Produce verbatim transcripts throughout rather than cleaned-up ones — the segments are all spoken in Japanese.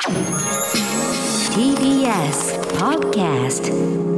ティービーエス Podcast。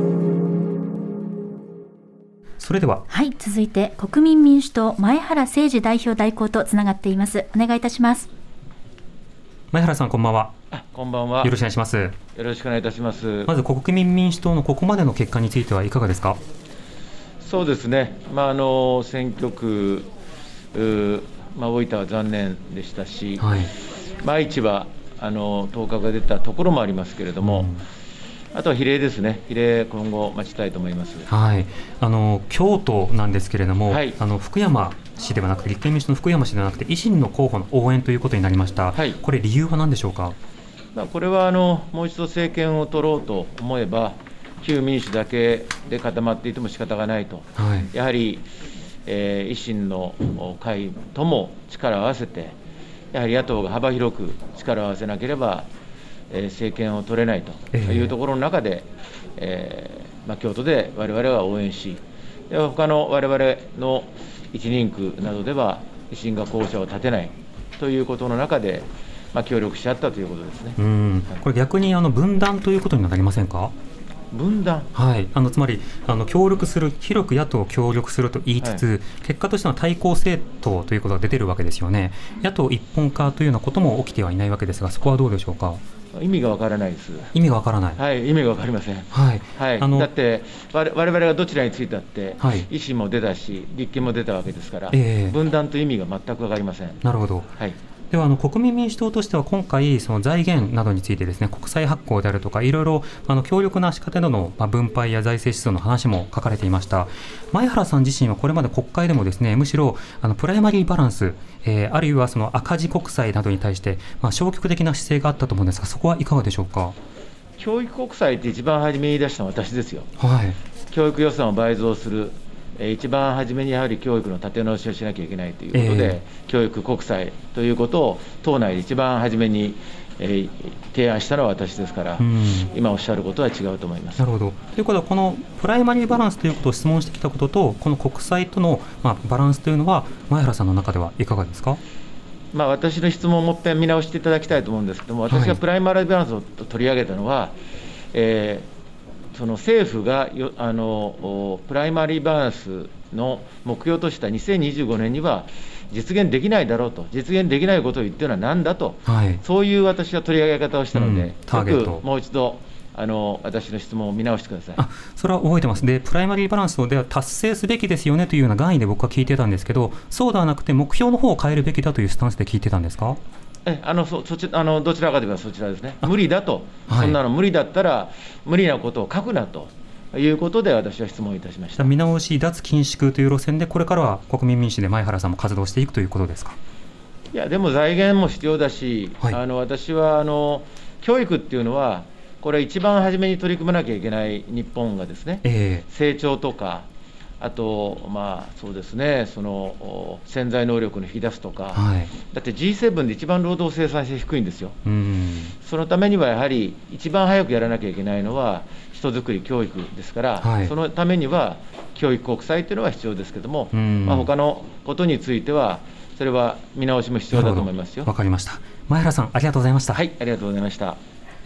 それでは、 はい、続いて国民民主党前原誠司代表代行とつながっています。お願いいたします。 前原さん、こんばんは。 あ、こんばんは。 よろしくお願いします。 よろしくお願いいたします。 まず国民民主党のここまでの結果についてはいかがですか。 そうですね、まあ、あの選挙区、まあ、大分は残念でしたし、はい、まあ、愛知はあの当確が出たところもありますけれども、うん、あとは比例ですね、比例、今後待ちたいと思います。 はい、あの京都なんですけれども、はい、あの福山市ではなくて、立憲民主党の福山市ではなくて、維新の候補の応援ということになりました、はい、これ、理由は何でしょうか。 まあ、これはあのもう一度政権を取ろうと思えば、旧民主だけで固まっていても仕方がないと、はい、やはり、えー、維新の会とも力を合わせて、やはり野党が幅広く力を合わせなければ、えー、政権を取れないというところの中で、えーえーまあ、京都で我々は応援し、で他の我々の一人区などでは、維新が候補者を立てないということの中で、まあ、協力し合ったということですね。 うん、これ逆にあの分断ということになりませんか。 分断、 はい、あのつまりあの協力する、広く野党を協力すると言いつつ、はい、結果としての対抗政党ということが出ているわけですよね。野党一本化というようなことも起きてはいないわけですが、そこはどうでしょうか。 意味がわからないです。 意味がわからない、 はい、意味がわかりません。 はいはい、 あのだって我々がどちらについたって、 はい、 維新も出たし、立憲も出たわけですから、 えー、 分断という意味が全くわかりません。 なるほど、 はい。 ではあの国民民主党としては今回、その財源などについてですね、国債発行であるとか、いろいろあの強力な仕方での分配や財政出動の話も書かれていました。前原さん自身はこれまで国会でもですね、むしろあのプライマリーバランス、えー、あるいはその赤字国債などに対して、まあ、消極的な姿勢があったと思うんですが、そこはいかがでしょうか。 教育国債って一番初めに言い出したのは私ですよ。 はい、教育予算を倍増する、一番初めにやはり教育の立て直しをしなきゃいけないということで、えー、教育国債ということを党内で一番初めに、えー、提案したのは私ですから、うん、今おっしゃることは違うと思います。 なるほど。ということは、このプライマリーバランスということを質問してきたことと、この国債との、まあ、バランスというのは、前原さんの中ではいかがですか。 まあ、私の質問をもっぺん見直していただきたいと思うんですけども、私がプライマリーバランスを取り上げたのは、はい、えー、その政府がよあのプライマリーバランスの目標としたにせんにじゅうごねんには実現できないだろうと、実現できないことを言っているのは何だと、はい、そういう私は取り上げ方をしたので、うん、よくもう一度あの私の質問を見直してください。 あ、それは覚えてます。で、プライマリーバランスでは達成すべきですよねというような概念で僕は聞いてたんですけど、そうではなくて目標の方を変えるべきだというスタンスで聞いてたんですか。 えあのそそちあのどちらかといえばそちらですね。無理だと、はい、そんなの無理だったら無理なことを書くなということで私は質問いたしました。 見直し、脱緊縮という路線で、これからは国民民主で前原さんも活動していくということですか。 いや、でも財源も必要だし、はい、あの私はあの教育っていうのは、これ、一番初めに取り組まなきゃいけない日本がですね、えー、成長とか、あと、まあそうですね、その潜在能力の引き出すとか、はい、だって ジーセブン で一番労働生産性低いんですよ。うんそのためにはやはり、一番早くやらなきゃいけないのは、人づくり、教育ですから、はい、そのためには教育国債というのは必要ですけれども、まあ、他のことについては、それは見直しも必要だと思いますよ。 わかりました。前原さん、ありがとうございました。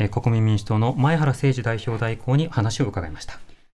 はい、ありがとうございました。 えー、国民民主党の前原誠司代表代行に話を伺いました。